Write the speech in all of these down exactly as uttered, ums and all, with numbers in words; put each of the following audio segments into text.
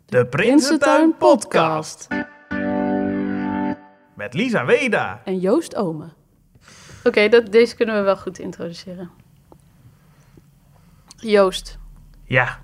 De Prinsentuin Podcast. Met Lisa Weda. En Joost Ome. Oké, okay, dat deze kunnen we wel goed introduceren. Joost. Ja.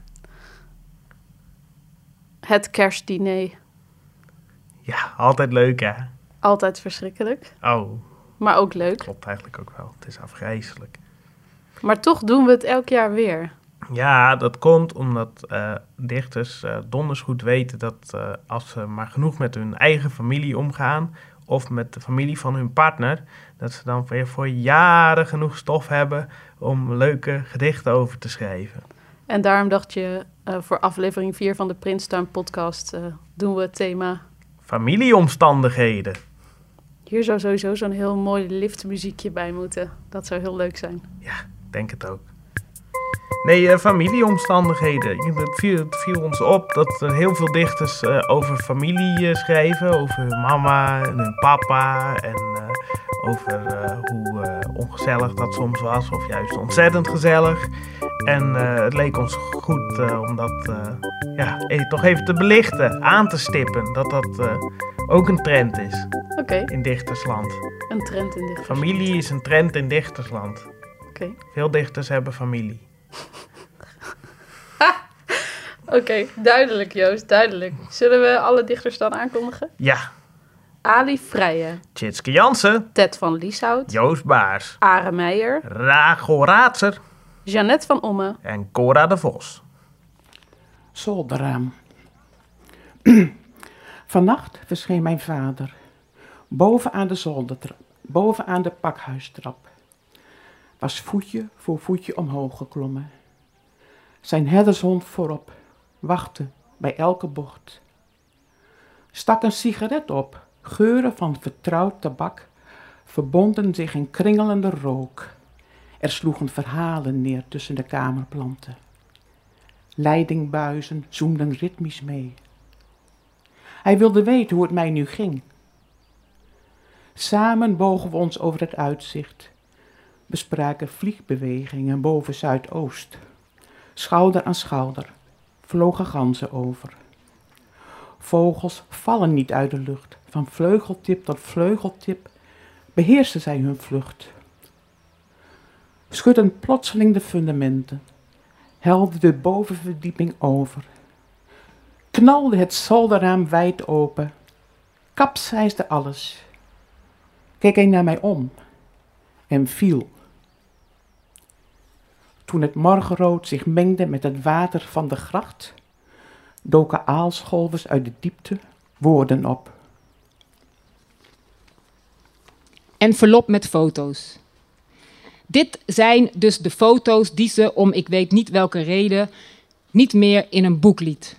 Het kerstdiner. Ja, altijd leuk hè? Altijd verschrikkelijk. Oh. Maar ook leuk. Klopt eigenlijk ook wel. Het is afgrijzelijk. Maar toch doen we het elk jaar weer. Ja, dat komt omdat uh, dichters uh, donders goed weten dat uh, als ze maar genoeg met hun eigen familie omgaan, of met de familie van hun partner, dat ze dan weer voor jaren genoeg stof hebben om leuke gedichten over te schrijven. En daarom dacht je, uh, voor aflevering vier van de Prinsentuin Podcast uh, doen we het thema familieomstandigheden. Hier zou sowieso zo'n heel mooi liftmuziekje bij moeten. Dat zou heel leuk zijn. Ja, denk het ook. Nee, uh, familieomstandigheden. Het viel, het viel ons op dat er heel veel dichters uh, over familie uh, schrijven. Over hun mama en hun papa. En uh, over uh, hoe uh, ongezellig dat soms was. Of juist ontzettend gezellig. En uh, het leek ons goed uh, om dat uh, ja, even, toch even te belichten. Aan te stippen. Dat dat uh, ook een trend is. Okay. In dichtersland. Een trend in dichtersland. Familie is een trend in dichtersland. Okay. Veel dichters hebben familie. Oké, okay, duidelijk Joost, duidelijk. Zullen we alle dichters dan aankondigen? Ja. Ali Vrije. Tjitske Jansen. Ted van Lieshout. Joost Baars. Are Meijer. Rachel Raatser. Jeannette van Omme. En Cora de Vos. Zolderraam. Vannacht verscheen mijn vader. Boven aan de zoldertrap. Boven aan de pakhuistrap. Was voetje voor voetje omhoog geklommen. Zijn herdershond voorop, wachtte bij elke bocht. Stak een sigaret op, geuren van vertrouwd tabak verbonden zich in kringelende rook. Er sloegen verhalen neer tussen de kamerplanten. Leidingbuizen zoemden ritmisch mee. Hij wilde weten hoe het mij nu ging. Samen bogen we ons over het uitzicht, bespraken vliegbewegingen boven Zuidoost. Schouder aan schouder vlogen ganzen over. Vogels vallen niet uit de lucht. Van vleugeltip tot vleugeltip beheersen zij hun vlucht. Schudden plotseling de fundamenten. Helde de bovenverdieping over. Knalde het zolderraam wijd open. Kapseisde alles. Keek hij naar mij om. En viel. Toen het morgenrood zich mengde met het water van de gracht, doken aalscholvers uit de diepte woorden op. Envelop met foto's. Dit zijn dus de foto's die ze, om ik weet niet welke reden, niet meer in een boek liet.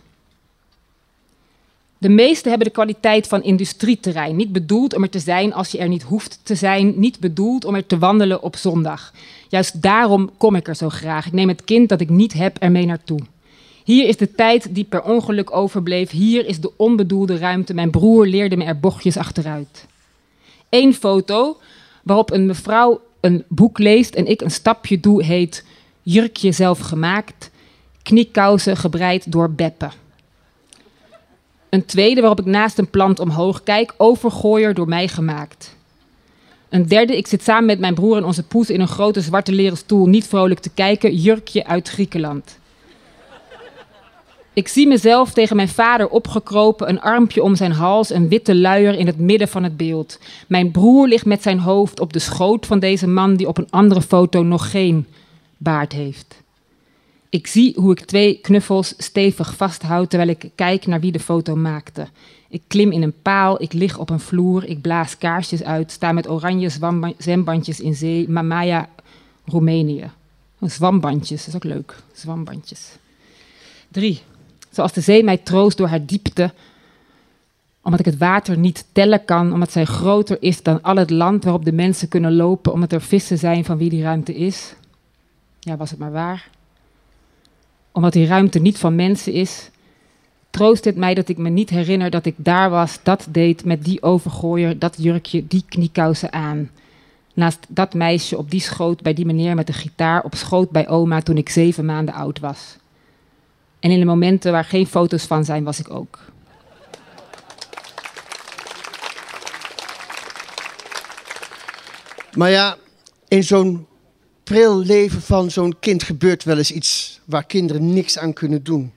De meeste hebben de kwaliteit van industrieterrein. Niet bedoeld om er te zijn als je er niet hoeft te zijn. Niet bedoeld om er te wandelen op zondag. Juist daarom kom ik er zo graag. Ik neem het kind dat ik niet heb ermee naartoe. Hier is de tijd die per ongeluk overbleef. Hier is de onbedoelde ruimte. Mijn broer leerde me er bochtjes achteruit. Eén foto waarop een mevrouw een boek leest en ik een stapje doe heet Jurkje zelf gemaakt. Kniekousen gebreid door Beppe. Een tweede waarop ik naast een plant omhoog kijk, overgooier door mij gemaakt. Een derde, ik zit samen met mijn broer en onze poes in een grote zwarte leren stoel niet vrolijk te kijken, jurkje uit Griekenland. Ik zie mezelf tegen mijn vader opgekropen, een armpje om zijn hals, een witte luier in het midden van het beeld. Mijn broer ligt met zijn hoofd op de schoot van deze man die op een andere foto nog geen baard heeft. Ik zie hoe ik twee knuffels stevig vasthoud terwijl ik kijk naar wie de foto maakte. Ik klim in een paal, ik lig op een vloer, ik blaas kaarsjes uit, sta met oranje zwamba- zwembandjes in zee, Mamaia, Roemenië. Oh, zwambandjes, dat is ook leuk, zwambandjes. Drie, zoals de zee mij troost door haar diepte, omdat ik het water niet tellen kan, omdat zij groter is dan al het land waarop de mensen kunnen lopen, omdat er vissen zijn van wie die ruimte is. Ja, was het maar waar. Omdat die ruimte niet van mensen is, troost het mij dat ik me niet herinner dat ik daar was, dat deed met die overgooier, dat jurkje, die kniekousen aan. Naast dat meisje op die schoot bij die meneer met de gitaar op schoot bij oma toen ik zeven maanden oud was. En in de momenten waar geen foto's van zijn, was ik ook. Maar ja, in zo'n pril leven van zo'n kind gebeurt wel eens iets waar kinderen niks aan kunnen doen.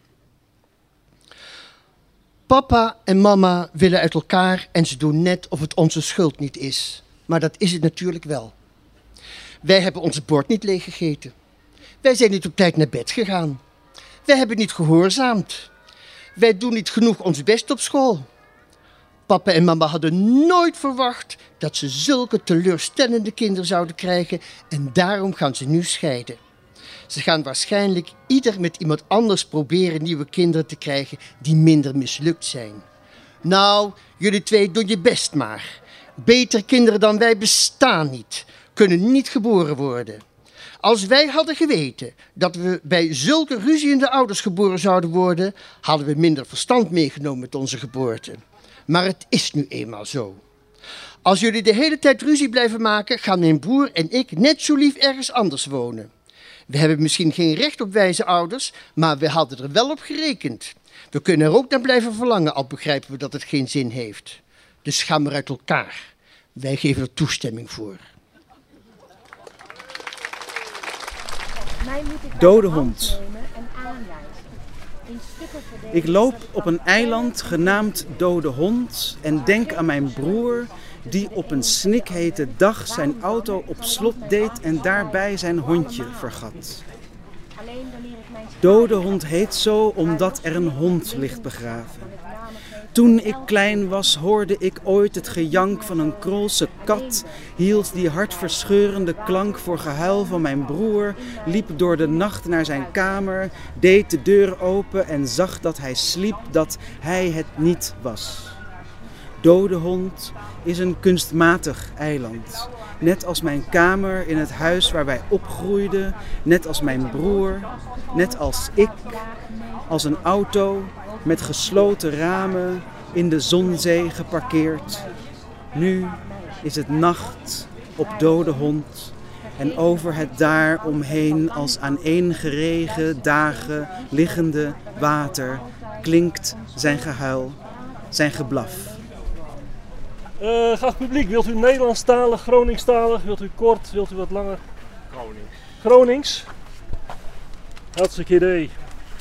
Papa en mama willen uit elkaar en ze doen net of het onze schuld niet is. Maar dat is het natuurlijk wel. Wij hebben ons bord niet leeggegeten. Wij zijn niet op tijd naar bed gegaan. Wij hebben niet gehoorzaamd. Wij doen niet genoeg ons best op school. Papa en mama hadden nooit verwacht dat ze zulke teleurstellende kinderen zouden krijgen en daarom gaan ze nu scheiden. Ze gaan waarschijnlijk ieder met iemand anders proberen nieuwe kinderen te krijgen die minder mislukt zijn. Nou, jullie twee doen je best maar. Beter kinderen dan wij bestaan niet, kunnen niet geboren worden. Als wij hadden geweten dat we bij zulke ruziende ouders geboren zouden worden, hadden we minder verstand meegenomen met onze geboorte. Maar het is nu eenmaal zo. Als jullie de hele tijd ruzie blijven maken, gaan mijn broer en ik net zo lief ergens anders wonen. We hebben misschien geen recht op wijze ouders, maar we hadden er wel op gerekend. We kunnen er ook naar blijven verlangen, al begrijpen we dat het geen zin heeft. Dus ga maar uit elkaar. Wij geven er toestemming voor. Dode hond. Ik loop op een eiland genaamd Dode Hond en denk aan mijn broer die op een snikhete dag zijn auto op slot deed en daarbij zijn hondje vergat. Dode Hond heet zo omdat er een hond ligt begraven. Toen ik klein was hoorde ik ooit het gejank van een krolse kat, hield die hartverscheurende klank voor gehuil van mijn broer, liep door de nacht naar zijn kamer, deed de deur open en zag dat hij sliep, dat hij het niet was. Dode Hond is een kunstmatig eiland. Net als mijn kamer in het huis waar wij opgroeiden, net als mijn broer, net als ik, als een auto met gesloten ramen in de Zonzee geparkeerd. Nu is het nacht op Dode Hond en over het daar omheen als aaneengeregen dagen liggende water klinkt zijn gehuil, zijn geblaf. Uh, graag publiek, wilt u Nederlandstalig, Groningstalig, wilt u kort, wilt u wat langer? Gronings. Gronings? Hartstikke idee.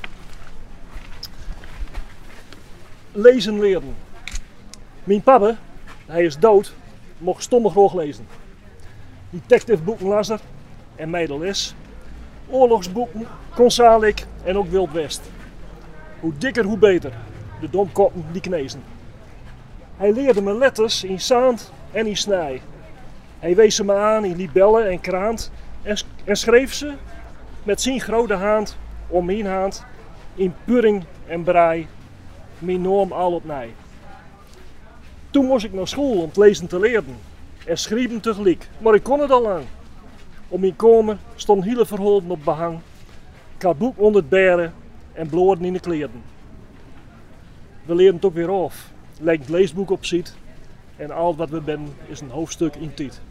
Lezen leren. Mijn papa, hij is dood, mocht stomme graag lezen. Detectiveboeken las er en mij de les. Oorlogsboeken, Consalik en ook Wild West. Hoe dikker, hoe beter. De domkoppen die knezen. Hij leerde me letters in zaand en in snij. Hij wees ze me aan in libellen en kraant en, en schreef ze met zijn grote hand om mijn hand in puring en brei, mijn norm al op nij. Toen moest ik naar school om het lezen te leren en schrijven tegelijk, maar ik kon het al lang. Op mijn kamer stond hele verholden op behang. Ik had boek onder het beren en bloorden in de kleren. We leerden het ook weer af. Lijkt het leesboek op ziet en al wat we ben is een hoofdstuk in tijd.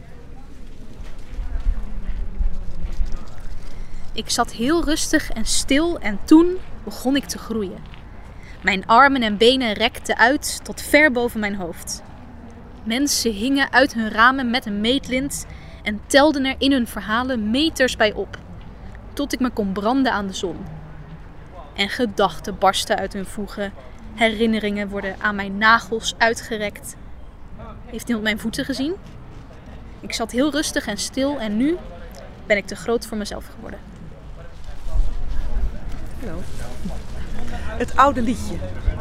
Ik zat heel rustig en stil en toen begon ik te groeien. Mijn armen en benen rekten uit tot ver boven mijn hoofd. Mensen hingen uit hun ramen met een meetlint en telden er in hun verhalen meters bij op, tot ik me kon branden aan de zon. En gedachten barsten uit hun voegen. Herinneringen worden aan mijn nagels uitgerekt. Heeft iemand mijn voeten gezien? Ik zat heel rustig en stil en nu ben ik te groot voor mezelf geworden. Hallo. Het oude liedje.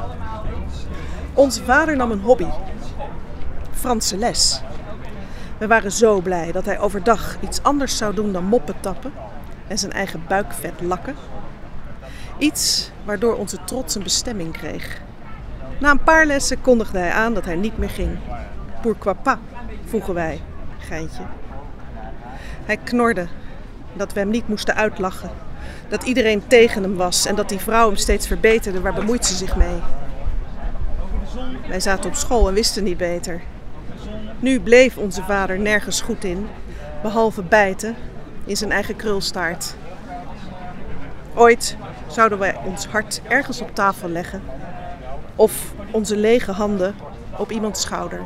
Onze vader nam een hobby. Franse les. We waren zo blij dat hij overdag iets anders zou doen dan moppen tappen en zijn eigen buikvet lakken. Iets waardoor onze trots een bestemming kreeg. Na een paar lessen kondigde hij aan dat hij niet meer ging. Pourquoi pas, vroegen wij, geintje. Hij knorde dat we hem niet moesten uitlachen. Dat iedereen tegen hem was en dat die vrouw hem steeds verbeterde. Waar bemoeit ze zich mee? Wij zaten op school en wisten niet beter. Nu bleef onze vader nergens goed in, behalve bijten in zijn eigen krulstaart. Ooit, zouden wij ons hart ergens op tafel leggen. Of onze lege handen op iemands schouder.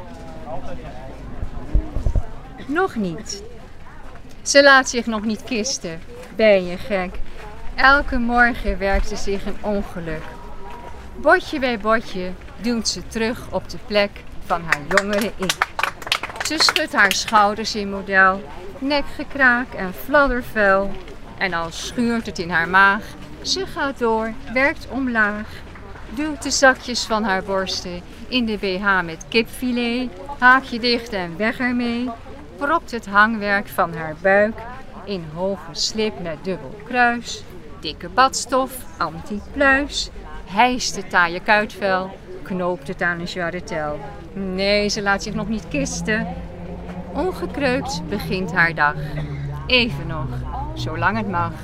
Nog niet. Ze laat zich nog niet kisten. Ben je gek? Elke morgen werkt ze zich een ongeluk. Botje bij botje duwt ze terug op de plek van haar jongere ik. Ze schudt haar schouders in model, nekgekraak en fladdervel. En al schuurt het in haar maag, ze gaat door, werkt omlaag. Duwt de zakjes van haar borsten in de B H met kipfilet, haakje dicht en weg ermee. Propt het hangwerk van haar buik in hoge slip met dubbel kruis. Dikke badstof, anti-pluis. Hijst het taaie kuitvel, knoopt het aan een jarretel. Nee, ze laat zich nog niet kisten. Ongekreukt begint haar dag. Even nog, zolang het mag.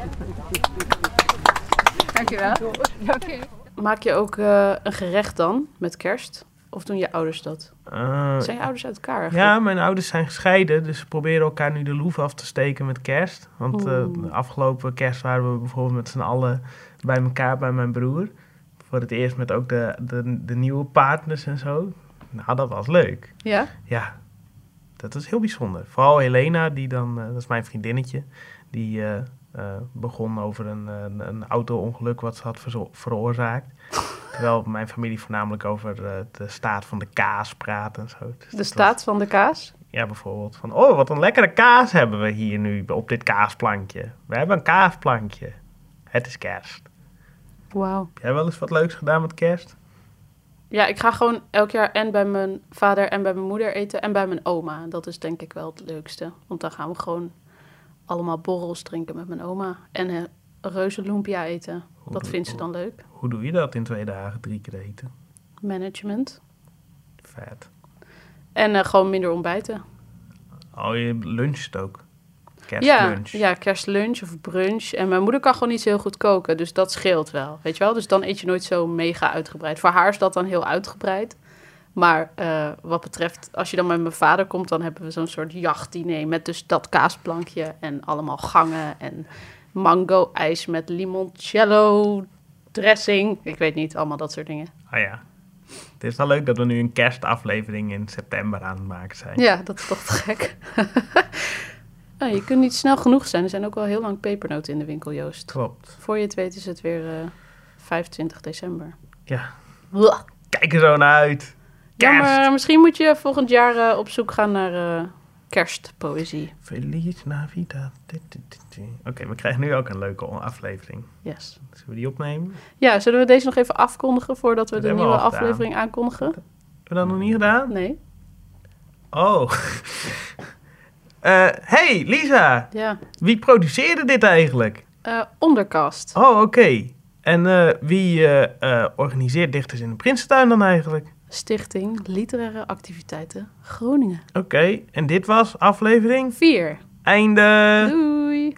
Dankjewel. Okay. Maak je ook uh, een gerecht dan met kerst? Of doen je ouders dat? Uh, zijn je ouders uit elkaar eigenlijk? Ja, mijn ouders zijn gescheiden. Dus ze proberen elkaar nu de loef af te steken met kerst. Want uh, de afgelopen kerst waren we bijvoorbeeld met z'n allen bij elkaar bij mijn broer. Voor het eerst met ook de, de, de nieuwe partners en zo. Nou, dat was leuk. Ja? Ja, dat was heel bijzonder. Vooral Helena, die dan, uh, dat is mijn vriendinnetje, die uh, uh, begon over een, een, een auto-ongeluk wat ze had verzo- veroorzaakt. Terwijl mijn familie voornamelijk over uh, de staat van de kaas praat en zo. Dus de staat was, van de kaas? Ja, bijvoorbeeld van, oh, wat een lekkere kaas hebben we hier nu op dit kaasplankje. We hebben een kaasplankje. Het is kerst. Wauw. Heb jij wel eens wat leuks gedaan met kerst? Ja, ik ga gewoon elk jaar en bij mijn vader en bij mijn moeder eten en bij mijn oma. Dat is denk ik wel het leukste. Want dan gaan we gewoon allemaal borrels drinken met mijn oma. En een reuze lumpia eten. Hoe dat doe, vindt ze dan leuk. Hoe doe je dat in twee dagen drie keer eten? Management. Vet. En uh, gewoon minder ontbijten. Oh, je luncht ook? Kerstlunch. Ja, ja, kerstlunch of brunch. En mijn moeder kan gewoon niet zo heel goed koken, dus dat scheelt wel, weet je wel. Dus dan eet je nooit zo mega uitgebreid. Voor haar is dat dan heel uitgebreid. Maar uh, wat betreft, als je dan met mijn vader komt, dan hebben we zo'n soort jachtdiner met dus dat kaasplankje en allemaal gangen en mango-ijs met limoncello dressing. Ik weet niet, allemaal dat soort dingen. Ah ja. Het is wel leuk dat we nu een kerstaflevering in september aan het maken zijn. Ja, dat is toch te gek. Nou, je kunt niet snel genoeg zijn. Er zijn ook al heel lang pepernoten in de winkel, Joost. Klopt. Voor je het weet is het weer uh, vijfentwintig december. Ja. Blah. Kijk er zo naar uit. Kerst. Ja, maar misschien moet je volgend jaar uh, op zoek gaan naar uh, kerstpoëzie. Feliz Navidad. Oké, okay, we krijgen nu ook een leuke aflevering. Yes. Zullen we die opnemen? Ja, zullen we deze nog even afkondigen voordat we dat de nieuwe aflevering aankondigen? Hebben we dat nog niet gedaan? Nee. Oh. Uh, hey, Lisa. Ja. Wie produceerde dit eigenlijk? Uh, Onderkast. Oh, oké. Okay. En uh, wie uh, uh, organiseert Dichters in de Prinsentuin dan eigenlijk? Stichting Literaire Activiteiten Groningen. Oké, okay. En dit was aflevering? vier. Einde. Doei.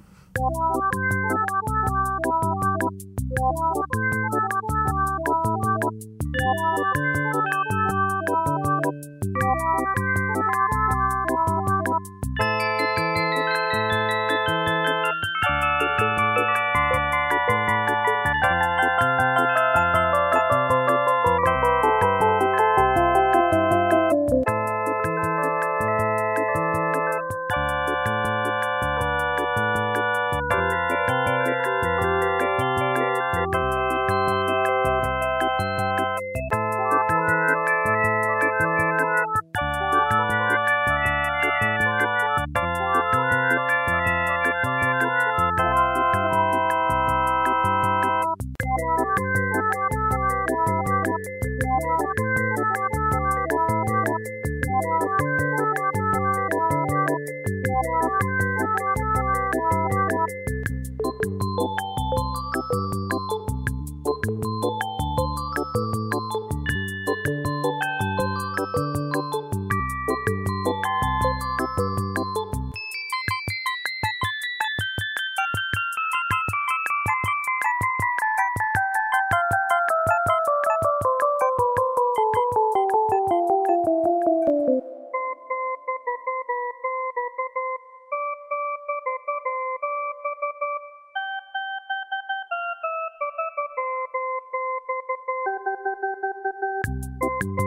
Thank you.